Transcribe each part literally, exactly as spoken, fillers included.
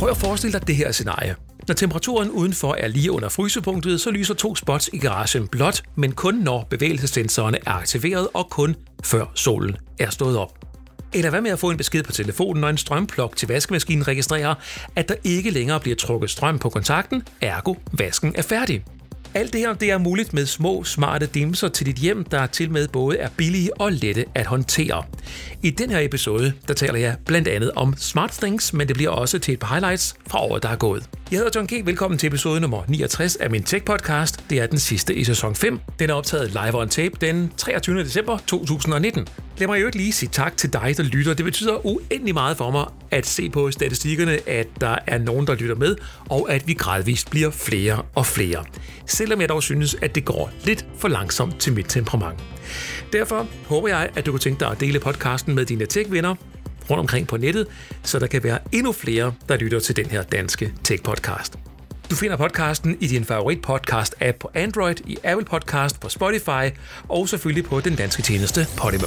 Prøv at forestille dig det her scenarie. Når temperaturen udenfor er lige under frysepunktet, så lyser to spots i garagen blåt, men kun når bevægelsessensorerne er aktiveret og kun før solen er stået op. Eller hvad med at få en besked på telefonen, når en strømplok til vaskemaskinen registrerer, at der ikke længere bliver trukket strøm på kontakten, ergo vasken er færdig. Alt det her det er muligt med små, smarte dimser til dit hjem, der til med både er billige og lette at håndtere. I den her episode, der taler jeg blandt andet om Smart Things, men det bliver også til et par highlights fra året, der er gået. Jeg hedder John G. Velkommen til episode nummer niogtres af min tech-podcast. Det er den sidste i sæson fem. Den er optaget live on tape den treogtyvende december to tusind og nitten. Lad mig jo ikke lige sige tak til dig, der lytter. Det betyder uendelig meget for mig at se på statistikkerne, at der er nogen, der lytter med, og at vi gradvist bliver flere og flere. Selvom jeg dog synes, at det går lidt for langsomt til mit temperament. Derfor håber jeg, at du kan tænke dig at dele podcasten med dine tech-venner rundt omkring på nettet, så der kan være endnu flere, der lytter til den her danske tech-podcast. Du finder podcasten i din favorit podcast-app på Android, i Apple Podcast, på Spotify og selvfølgelig på den danske tjeneste Podimo.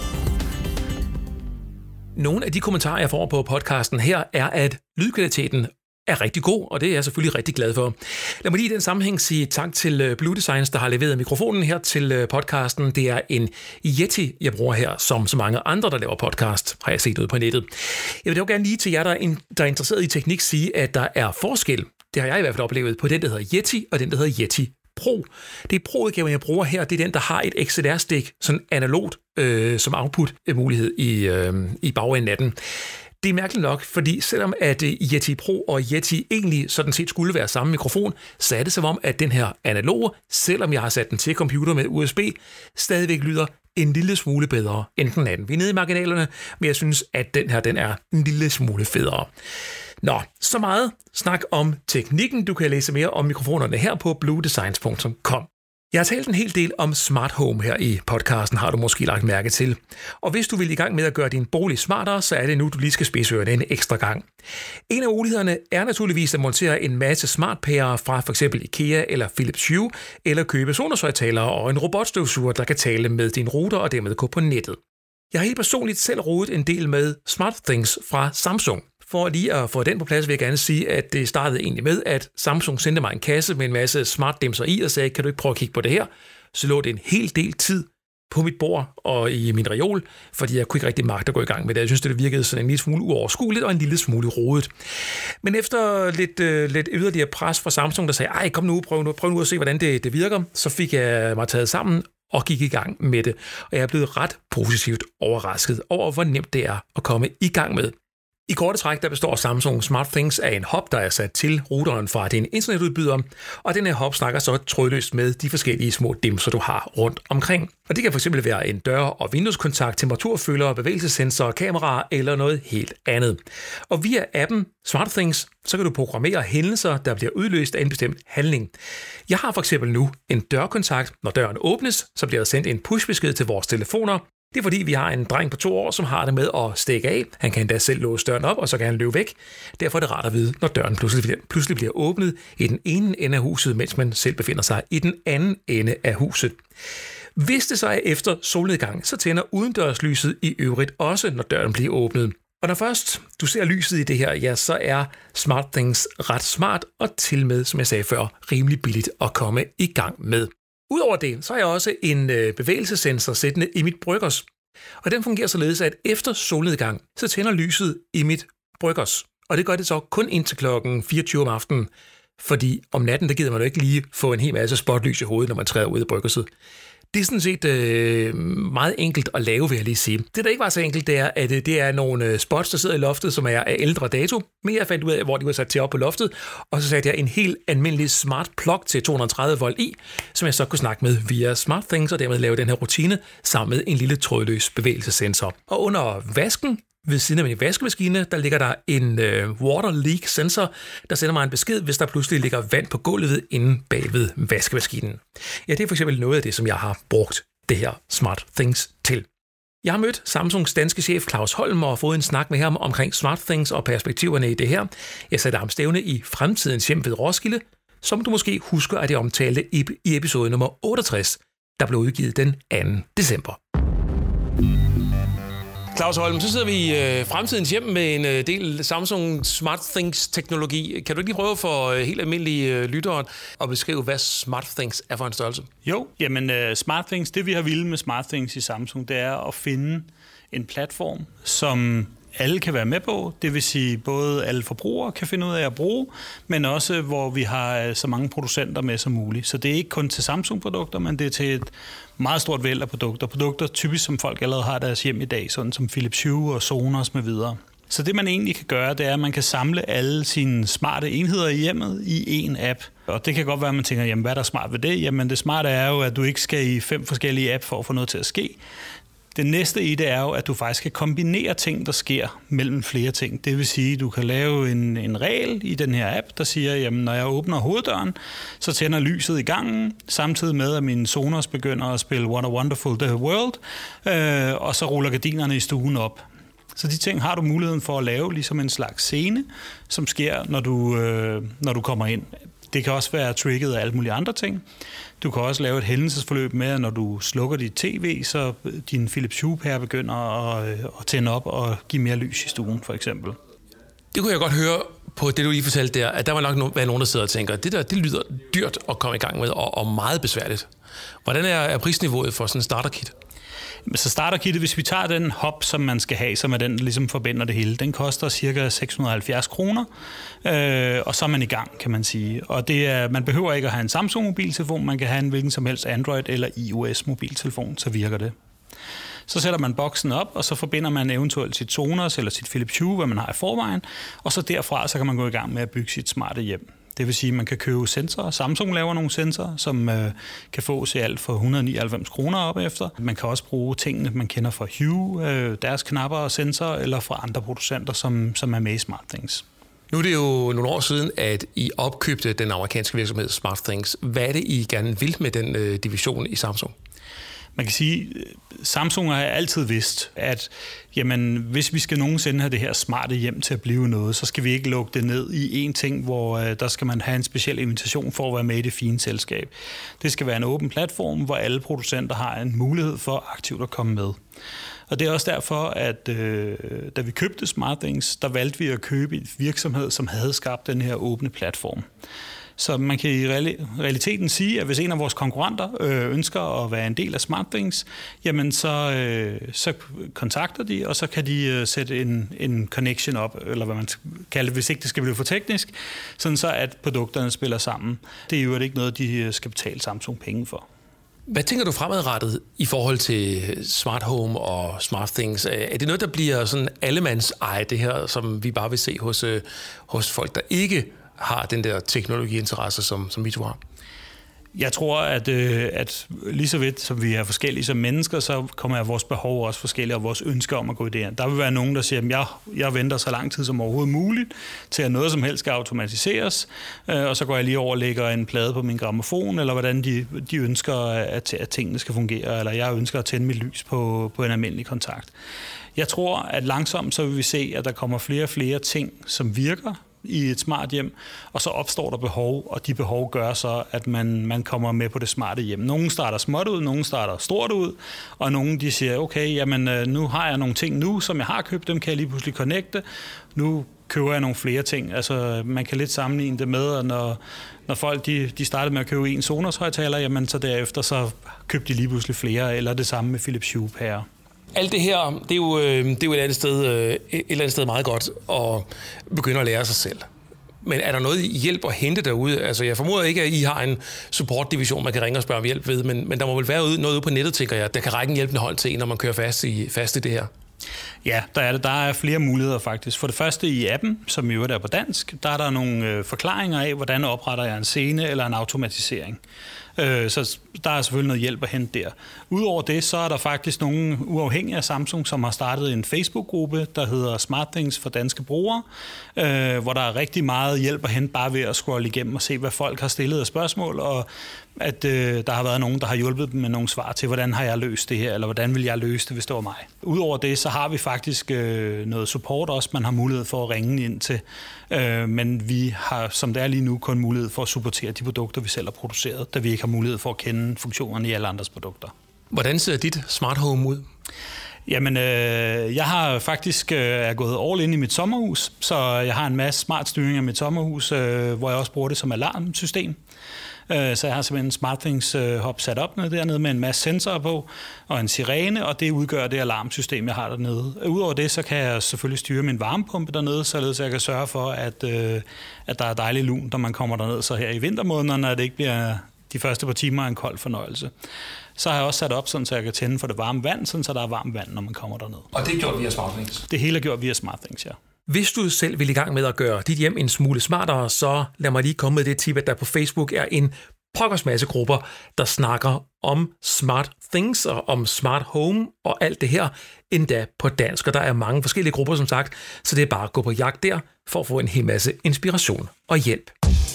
Nogle af de kommentarer, jeg får på podcasten her, er, at lydkvaliteten er rigtig god, og det er jeg selvfølgelig rigtig glad for. Lad mig lige i den sammenhæng sige tak til Blue Designs, der har leveret mikrofonen her til podcasten. Det er en Yeti, jeg bruger her, som så mange andre, der laver podcast, har jeg set ud på nettet. Jeg vil dog gerne lige til jer, der er interesseret i teknik, sige, at der er forskel. Det har jeg i hvert fald oplevet på den, der hedder Yeti, og den, der hedder Yeti Pro. Det er Pro-udgaven, jeg bruger her, det er den, der har et X L R-stik, sådan analogt øh, som output-mulighed i, øh, i bagenden af den. Det er mærkeligt nok, fordi selvom at Yeti Pro og Yeti egentlig sådan set skulle være samme mikrofon, så er det som om, at den her analoge, selvom jeg har sat den til computer med U S B, stadigvæk lyder en lille smule bedre end den anden. Vi er nede i marginalerne, men jeg synes, at den her den er en lille smule federe. Nå, så meget snak om teknikken. Du kan læse mere om mikrofonerne her på blue designs punktum com. Jeg har talt en hel del om smart home her i podcasten, har du måske lagt mærke til. Og hvis du vil i gang med at gøre din bolig smartere, så er det nu, du lige skal spidse ørerne en ekstra gang. En af mulighederne er naturligvis at montere en masse smartpærer fra f.eks. IKEA eller Philips Hue, eller købe Sonos-højttalere og en robotstøvsuger, der kan tale med din router og dermed gå på nettet. Jeg har helt personligt selv rodet en del med Smart Things fra Samsung. For lige at få den på plads, vil jeg gerne sige, at det startede egentlig med, at Samsung sendte mig en kasse med en masse smart dimser i og sagde, kan du ikke prøve at kigge på det her? Så lå det en hel del tid på mit bord og i min reol, fordi jeg kunne ikke rigtig magte at gå i gang med det. Jeg synes, det virkede sådan en lille smule uoverskueligt og en lille smule rodet. Men efter lidt, øh, lidt yderligere pres fra Samsung, der sagde, ej, kom nu, prøv nu, prøv nu at se, hvordan det, det virker, så fik jeg mig taget sammen og gik i gang med det. Og jeg er blevet ret positivt overrasket over, hvor nemt det er at komme i gang med. I korte træk, der består Samsung Smart Things af en hub, der er sat til routeren fra din internetudbyder, og den her hub snakker så trådløst med de forskellige små dimser, du har rundt omkring. Og det kan fx være en dør- og vindueskontakt, temperaturfølger, bevægelsessensor, kamera eller noget helt andet. Og via appen Smart Things, så kan du programmere hændelser, der bliver udløst af en bestemt handling. Jeg har fx nu en dørkontakt. Når døren åbnes, så bliver der sendt en pushbesked til vores telefoner. Det er fordi, vi har en dreng på to år, som har det med at stikke af. Han kan endda selv låse døren op, og så kan han løbe væk. Derfor er det rart at vide, når døren pludselig, pludselig bliver åbnet i den ene ende af huset, mens man selv befinder sig i den anden ende af huset. Hvis det så er efter solnedgang, så tænder udendørslyset i øvrigt også, når døren bliver åbnet. Og når først du ser lyset i det her, ja, så er Smart Things ret smart og til med, som jeg sagde før, rimelig billigt at komme i gang med. Udover det, så har jeg også en bevægelsessensor siddende i mit bryggers. Og den fungerer således, at efter solnedgang, så tænder lyset i mit bryggers. Og det gør det så kun indtil klokken fireogtyve om aftenen. Fordi om natten, der gider man jo ikke lige få en hel masse spotlys i hovedet, når man træder ud af bryggerset. Det er sådan set øh, meget enkelt at lave, vil jeg lige sige. Det, der ikke var så enkelt, det er, at det er nogle spots, der sidder i loftet, som er af ældre dato. Men jeg fandt ud af, hvor de var sat til op på loftet, og så satte jeg en helt almindelig smart plug til to hundrede og tredive volt i, som jeg så kunne snakke med via Smart Things, og dermed lave den her rutine sammen med en lille trådløs bevægelsessensor. Og under vasken, ved siden af min vaskemaskine, der ligger der en øh, water leak sensor, der sender mig en besked, hvis der pludselig ligger vand på gulvet inde bagved vaskemaskinen. Ja, det er for eksempel noget af det, som jeg har brugt det her Smart Things til. Jeg har mødt Samsungs danske chef Claus Holm og fået en snak med ham omkring Smart Things og perspektiverne i det her. Jeg satte ham stævne i Fremtidens Hjem ved Roskilde, som du måske husker, at jeg omtalte i, i episode nummer otteogtres, der blev udgivet den anden december. Claus Holm, så sidder vi i øh, fremtidens hjem med en øh, del Samsung SmartThings-teknologi. Kan du ikke lige prøve for øh, helt almindelige øh, lyttere at beskrive, hvad SmartThings er for en størrelse? Jo, jamen uh, SmartThings, det vi har ville med SmartThings i Samsung, det er at finde en platform, som alle kan være med på. Det vil sige, både alle forbrugere kan finde ud af at bruge, men også hvor vi har så mange producenter med som muligt. Så det er ikke kun til Samsung-produkter, men det er til et meget stort væld af produkter. Produkter typisk, som folk allerede har deres hjem i dag, sådan som Philips Hue og Sonos med videre. Så det man egentlig kan gøre, det er, at man kan samle alle sine smarte enheder i hjemmet i én app. Og det kan godt være, at man tænker, jamen hvad er der smart ved det? Jamen det smarte er jo, at du ikke skal i fem forskellige app for at få noget til at ske. Det næste i det er jo, at du faktisk kan kombinere ting, der sker mellem flere ting. Det vil sige, at du kan lave en, en regel i den her app, der siger, jamen når jeg åbner hoveddøren, så tænder lyset i gangen, samtidig med, at min Sonos begynder at spille What a Wonderful the World, øh, og så ruller gardinerne i stuen op. Så de ting har du muligheden for at lave ligesom en slags scene, som sker, når du, øh, når du kommer ind. Det kan også være trigget af alle mulige andre ting. Du kan også lave et hændelsesforløb med, at når du slukker dit tv, så din Philips Hue-pære begynder at, at tænde op og give mere lys i stuen, for eksempel. Det kunne jeg godt høre på det, du lige fortalte der, at der var nok være nogen, der sidder og tænker, det der, det lyder dyrt at komme i gang med, og, og meget besværligt. Hvordan er, er prisniveauet for sådan en starter-kit? Så starter-kittet, hvis vi tager den hop, som man skal have, som er den, der ligesom forbinder det hele, den koster ca. seks hundrede og halvfjerds kroner, øh, og så er man i gang, kan man sige. Og det er, man behøver ikke at have en Samsung-mobiltelefon, man kan have en hvilken som helst Android- eller iOS-mobiltelefon, så virker det. Så sætter man boksen op, og så forbinder man eventuelt sit Sonos eller sit Philips Hue, hvad man har i forvejen, og så derfra så kan man gå i gang med at bygge sit smarte hjem. Det vil sige, at man kan købe sensorer. Samsung laver nogle sensorer, som øh, kan fås i alt for et hundrede og nioghalvfems kroner op efter. Man kan også bruge tingene, man kender fra Hue, øh, deres knapper og sensorer, eller fra andre producenter, som, som er med i SmartThings. Nu er det jo nogle år siden, at I opkøbte den amerikanske virksomhed SmartThings. Hvad er det, I gerne vil med den øh, division i Samsung? Man kan sige, Samsung har altid vidst, at jamen, hvis vi skal nogensinde have det her smarte hjem til at blive noget, så skal vi ikke lukke det ned i én ting, hvor øh, der skal man have en speciel invitation for at være med i det fine selskab. Det skal være en åben platform, hvor alle producenter har en mulighed for aktivt at komme med. Og det er også derfor, at øh, da vi købte SmartThings, der valgte vi at købe en virksomhed, som havde skabt den her åbne platform. Så man kan i realiteten sige, at hvis en af vores konkurrenter øh, ønsker at være en del af SmartThings, jamen så, øh, så kontakter de, og så kan de øh, sætte en, en connection op, eller hvad man kalder det, hvis ikke det skal blive for teknisk, sådan så at produkterne spiller sammen. Det er jo ikke noget, de skal betale Samsung penge for. Hvad tænker du fremadrettet i forhold til Smart Home og SmartThings? Er det noget, der bliver sådan allemands eje, det her, som vi bare vil se hos, hos folk, der ikke har den der teknologiinteresse, som, som vi to har? Jeg tror, at, øh, at lige så vidt som vi er forskellige som mennesker, så kommer vores behov også forskellige, og vores ønsker om at gå i det her. Der vil være nogen, der siger, at jeg, jeg venter så lang tid som overhovedet muligt, til at noget som helst skal automatiseres, øh, og så går jeg lige over og lægger en plade på min grammofon, eller hvordan de, de ønsker, at, at tingene skal fungere, eller jeg ønsker at tænde mit lys på, på en almindelig kontakt. Jeg tror, at langsomt så vil vi se, at der kommer flere og flere ting, som virker i et smart hjem, og så opstår der behov, og de behov gør så, at man, man kommer med på det smarte hjem. Nogle starter småt ud, nogle starter stort ud, og nogle de siger, okay, jamen nu har jeg nogle ting nu, som jeg har købt, dem kan jeg lige pludselig connecte, nu køber jeg nogle flere ting. Altså man kan lidt sammenligne det med, at når, når folk de, de startede med at købe en Sonos højttaler, jamen så derefter så købte de lige pludselig flere, eller det samme med Philips Hue-pærer. Alt det her, det er jo, det er jo et, andet sted, et eller andet sted meget godt at begynde at lære sig selv. Men er der noget hjælp at hente derude? Altså, jeg formoder ikke, at I har en support-division, man kan ringe og spørge om hjælp ved, men, men der må vel være noget ude på nettet, tænker jeg, der kan række en hjælpende hånd til, når man kører fast i, fast i det her. Ja, der er det. Der er flere muligheder faktisk. For det første i appen, som jo er på dansk, der er der nogle øh, forklaringer af, hvordan opretter jeg en scene eller en automatisering. Øh, så der er selvfølgelig noget hjælp at hente der. Udover det, så er der faktisk nogle uafhængige af Samsung, som har startet en Facebook-gruppe, der hedder SmartThings for danske brugere, øh, hvor der er rigtig meget hjælp at hente bare ved at scrolle igennem og se, hvad folk har stillet af spørgsmål, og at øh, der har været nogen, der har hjulpet dem med nogle svar til, hvordan har jeg løst det her, eller hvordan vil jeg løse det, hvis det var mig. Udover det, så har vi faktisk øh, noget support også, man har mulighed for at ringe ind til, øh, men vi har, som det er lige nu, kun mulighed for at supportere de produkter, vi selv har produceret, da vi ikke har mulighed for at kende funktionerne i alle andres produkter. Hvordan ser dit smart home ud? Jamen, øh, jeg har faktisk øh, er gået all in i mit sommerhus, så jeg har en masse smart styring af mit sommerhus, øh, hvor jeg også bruger det som alarmsystem. Øh, så jeg har simpelthen en SmartThings-hub sat op nede dernede med en masse sensorer på og en sirene, og det udgør det alarmsystem, jeg har dernede. Udover det, så kan jeg selvfølgelig styre min varmepumpe dernede, således jeg kan sørge for, at, øh, at der er dejlig lun, når man kommer derned, så her i vintermånederne, at det ikke bliver de første par timer en kold fornøjelse. Så har jeg også sat op, sådan, så jeg kan tænde for det varme vand, sådan, så der er varmt vand, når man kommer derned. Og det er gjort via SmartThings? Det hele er gjort via SmartThings, ja. Hvis du selv vil i gang med at gøre dit hjem en smule smartere, så lad mig lige komme med det tip, at der på Facebook er en pokkers masse grupper, der snakker om Smart Things og om Smart Home og alt det her, endda på dansk. Og der er mange forskellige grupper, som sagt, så det er bare at gå på jagt der for at få en hel masse inspiration og hjælp.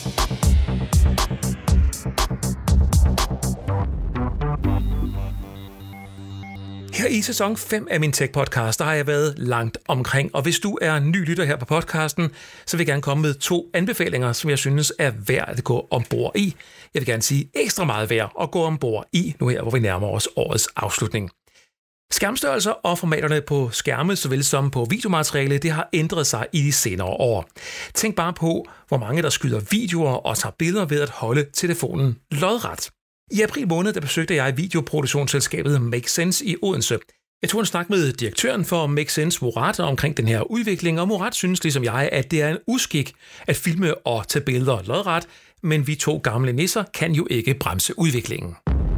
Her i sæson fem af min Tech-podcast, der har jeg været langt omkring, og hvis du er ny lytter her på podcasten, så vil jeg gerne komme med to anbefalinger, som jeg synes er værd at gå ombord i. Jeg vil gerne sige ekstra meget værd at gå ombord i, nu her, hvor vi nærmer os årets afslutning. Skærmstørrelser og formaterne på skærme, såvel som på videomateriale, det har ændret sig i de senere år. Tænk bare på, hvor mange der skyder videoer og tager billeder ved at holde telefonen lodret. I april måned, der besøgte jeg videoproduktionsselskabet Make Sense i Odense. Jeg tog en snak med direktøren for Make Sense, Murat, omkring den her udvikling, og Murat synes ligesom jeg, at det er en uskik at filme og tage billeder lodret, men vi to gamle nisser kan jo ikke bremse udviklingen.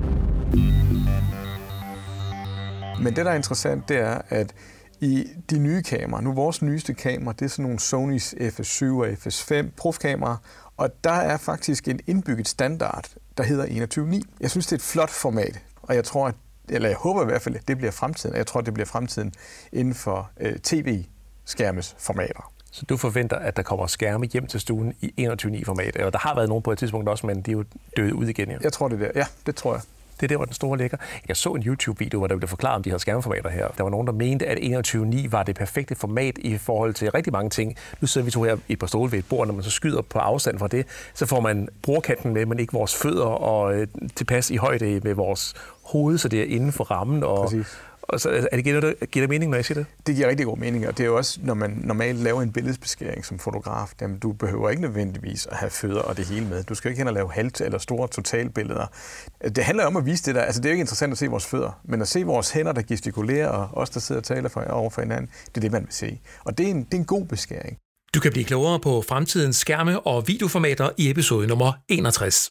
Men det, der er interessant, det er, at i de nye kameraer, nu vores nyeste kamera, det er sådan nogle Sonys F S syv og F S fem profkameraer, og der er faktisk en indbygget standard, der hedder enogtyve ni. Jeg synes, det er et flot format, og jeg tror, at, eller jeg håber i hvert fald, at det bliver fremtiden, og jeg tror, at det bliver fremtiden inden for øh, tv-skærmes formater. Så du forventer, at der kommer skærme hjem til stuen i enogtyve ni format, og der har været nogen på et tidspunkt også, men de er jo døde ud igen. Jo. Jeg tror, det er der. Ja, det tror jeg. Det er der, hvor den store ligger. Jeg så en YouTube-video, hvor der blev forklaret om de her skærmformater her. Der var nogen, der mente, at enogtyve ni var det perfekte format i forhold til rigtig mange ting. Nu sidder vi to her i et par stole ved et bord, når man så skyder på afstand fra det, så får man bordkanten med, men ikke vores fødder og øh, tilpas i højde med vores hoved, så det er inden for rammen. Og, Præcis. og så, er det, giver, det, giver det mening, når jeg siger det? Det giver rigtig god mening, og det er jo også, når man normalt laver en billedsbeskæring som fotograf, jamen, du behøver ikke nødvendigvis at have fødder og det hele med. Du skal ikke hen og lave halvt eller store totalbilleder. Det handler om at vise det der. Altså, det er jo ikke interessant at se vores fødder, men at se vores hænder, der gestikulerer, og os, der sidder og taler for, over for hinanden, det er det, man vil se. Og det er en, det er en god beskæring. Du kan blive klogere på fremtidens skærme og videoformater i episode nummer enogtres.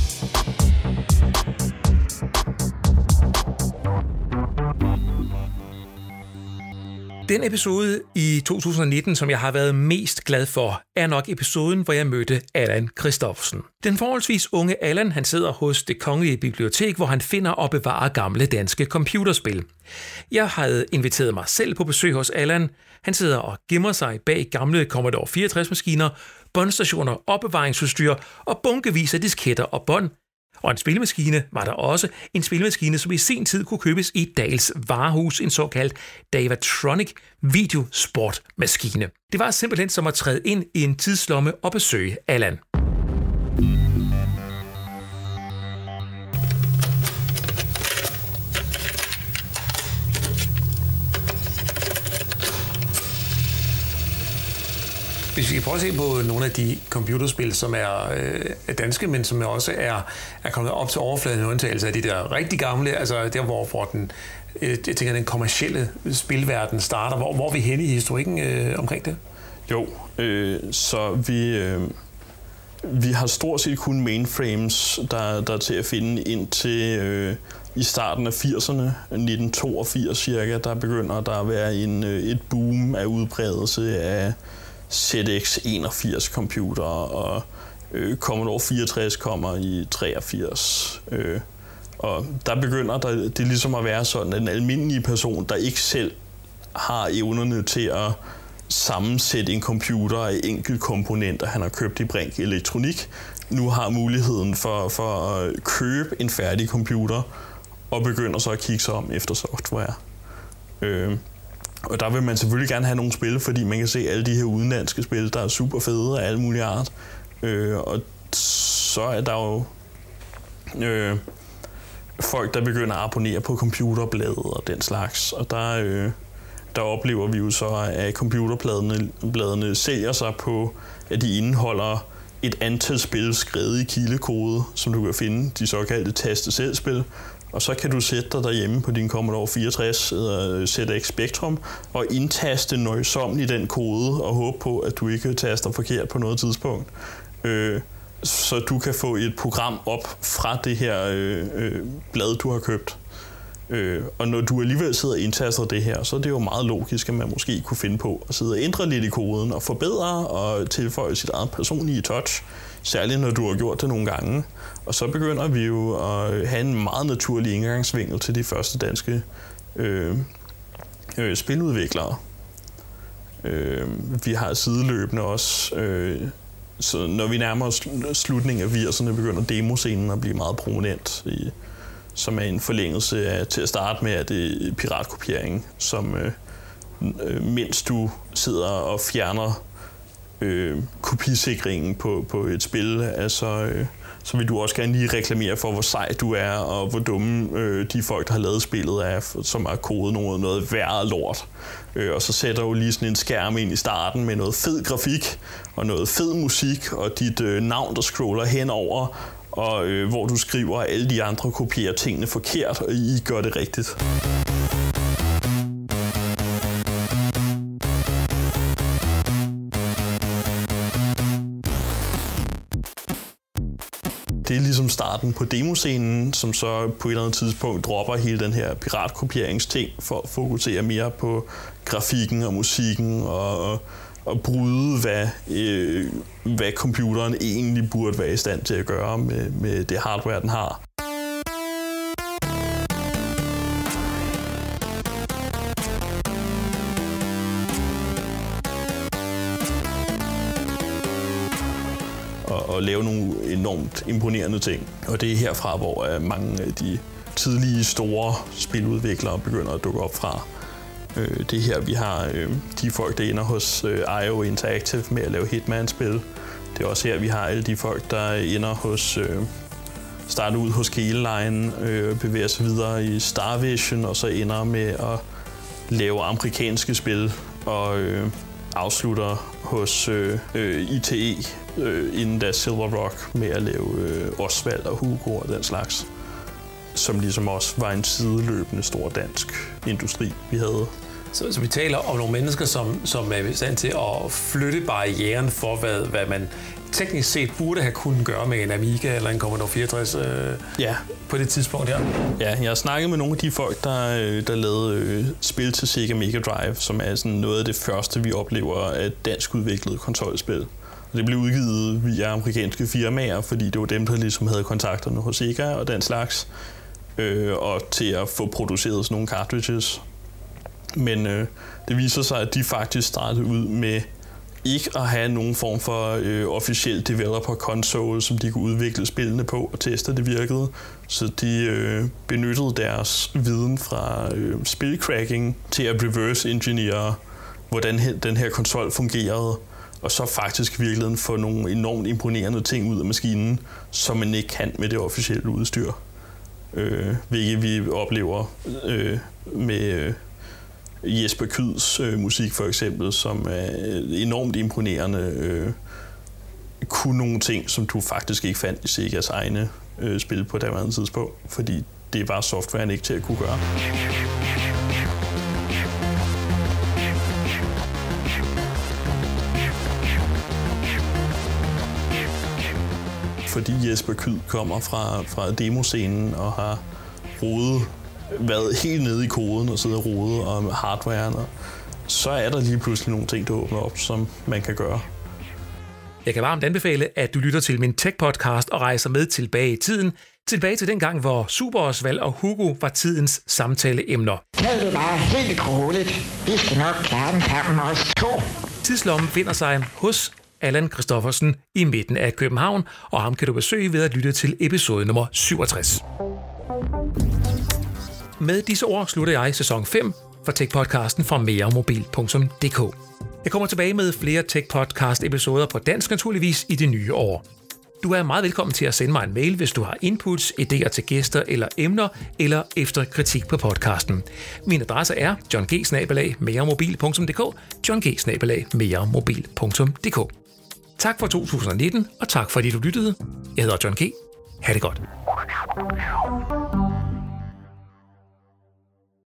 Den episode i to tusind nitten, som jeg har været mest glad for, er nok episoden, hvor jeg mødte Allan Christoffersen. Den forholdsvis unge Allan, han sidder hos Det Kongelige Bibliotek, hvor han finder og bevarer gamle danske computerspil. Jeg havde inviteret mig selv på besøg hos Allan. Han sidder og gemmer sig bag gamle Commodore fireogtres-maskiner, båndstationer, opbevaringsudstyr og bunkevis af disketter og bånd. Og en spilmaskine var der også. En spilmaskine, som i sin tid kunne købes i Dahls varehus, en såkaldt Davatronic videosportmaskine. Det var simpelthen som at træde ind i en tidslomme og besøge Allan. Hvis vi kan prøve at se på nogle af de computerspil, som er øh, danske, men som også er, er kommet op til overfladen i undtagelse af de der rigtig gamle, altså der, hvor, hvor den, øh, jeg tænker, den kommercielle spilverden starter. Hvor, hvor er vi henne i historikken øh, omkring det? Jo, øh, så vi, øh, vi har stort set kun mainframes, der, der er til at finde ind til øh, i starten af firserne, nitten toogfirs cirka, der begynder der at være en, øh, et boom af udbredelse af Z X enogfirs computer, og øh, Commodore fireogtres kommer i treogfirs. Øh, og der begynder der, det ligesom at være sådan, at den almindelige person, der ikke selv har evnerne til at sammensætte en computer af enkelte komponenter, han har købt i Brink Elektronik, nu har muligheden for, for at købe en færdig computer og begynder så at kigge sig om efter software. Øh, Og der vil man selvfølgelig gerne have nogle spil, fordi man kan se alle de her udenlandske spil, der er super fede af alle mulige art. Øh, og så er der jo... Øh, folk, der begynder at abonnere på computerbladet og den slags. Og der, øh, der oplever vi jo så, at computerbladene bladene sælger sig på, at de indeholder et antal spil skrevet i kildekode, som du kan finde, de såkaldte taste-selv-spil. Og så kan du sætte dig derhjemme på din Commodore fireogtres eller Z X Spectrum og indtaste nøjsomt i den kode og håbe på, at du ikke taster forkert på noget tidspunkt. Øh, så du kan få et program op fra det her øh, øh, blad, du har købt. Øh, og når du alligevel sidder og indtaster det her, så er det jo meget logisk, at man måske kunne finde på at sidde og ændre lidt i koden og forbedre og tilføje sit eget personlige touch. Særligt når du har gjort det nogle gange. Og så begynder vi jo at have en meget naturlig indgangsvinkel til de første danske øh, øh, spiludviklere. Øh, vi har sideløbende også, øh, så når vi nærmer os slutningen af firserne, begynder demoscenen at blive meget prominent, i, som er en forlængelse af, til at starte med, at det er piratkopiering, som øh, øh, mens du sidder og fjerner øh, kopisikringen på, på et spil, altså, øh, så vil du også gerne lige reklamere for, hvor sej du er, og hvor dumme øh, de folk, der har lavet spillet er, som har kodet noget, noget værre lort. Øh, og så sætter du lige sådan en skærm ind i starten med noget fed grafik, og noget fed musik, og dit øh, navn, der scroller henover, og øh, hvor du skriver, at alle de andre kopierer tingene forkert, og I gør det rigtigt. Det er ligesom starten på demoscenen, som så på et eller andet tidspunkt dropper hele den her piratkopieringsting for at fokusere mere på grafikken og musikken og, og, og bryde, hvad, øh, hvad computeren egentlig burde være i stand til at gøre med, med det hardware, den har. Og lave nogle enormt imponerende ting. Og det er herfra, hvor mange af de tidlige store spiludviklere begynder at dukke op fra. Det er her, vi har de folk, der ender hos I O Interactive med at lave Hitman-spil. Det er også her, vi har alle de folk, der ender hos starter ud hos Keyline, bevæger sig videre i Starvision, og så ender med at lave amerikanske spil og afslutter hos øh, I T E, øh, inden da Silver Rock, med at lave øh, Oswald og Hugo og den slags, som ligesom også var en sideløbende stor dansk industri, vi havde. Så, så vi taler om nogle mennesker, som, som er i stand til at flytte barrieren for, hvad, hvad man teknisk set burde have kunnet gøre med en Amiga eller en Commodore fireogtres øh, ja. på det tidspunkt her. Ja, jeg har snakket med nogle af de folk, der, der lavede øh, spil til Sega Mega Drive, som er sådan noget af det første, vi oplever af dansk udviklet konsolspil. Og det blev udgivet via amerikanske firmaer, fordi det var dem, der ligesom havde kontakterne hos Sega og den slags, øh, og til at få produceret sådan nogle cartridges. Men øh, det viser sig, at de faktisk startede ud med ikke at have nogen form for øh, officiel developer console, som de kunne udvikle spillene på og teste, det virkede. Så de øh, benyttede deres viden fra øh, spilcracking til at reverse engineere, hvordan den her konsol fungerede, og så faktisk virkelig få nogle enormt imponerende ting ud af maskinen, som man ikke kan med det officielle udstyr. Øh, hvilket vi oplever øh, med øh, Jesper Kyds øh, musik for eksempel, som er enormt imponerende. Øh, kunne nogle ting, som du faktisk ikke fandt i Segas egne øh, spil på daværende tidspunkt, fordi det var softwaren ikke til at kunne gøre. Fordi Jesper Kyd kommer fra, fra demoscenen og har rodet, været helt nede i koden og siddet og rodet og hardwaren, og så er der lige pludselig nogle ting, der åbner op, som man kan gøre. Jeg kan varmt anbefale, at du lytter til min tech-podcast og rejser med tilbage i tiden. Tilbage til den gang, hvor Super Oswald og Hugo var tidens samtaleemner. Nu er det bare helt roligt. Vi skal nok klare den sammen os to. Tidslommen finder sig hos Allan Christoffersen i midten af København, og ham kan du besøge ved at lytte til episode nummer syvogtres. Med disse ord slutter jeg sæson fem for Tech-podcasten fra meremobil punktum d k. Jeg kommer tilbage med flere Tech-podcast-episoder på dansk naturligvis i det nye år. Du er meget velkommen til at sende mig en mail, hvis du har inputs, idéer til gæster eller emner, eller efter kritik på podcasten. Min adresse er john g bindestreg meremobil punktum d k, john g bindestreg meremobil punktum d k. Tak for to tusind nitten, og tak fordi du lyttede. Jeg hedder John G. Ha' det godt.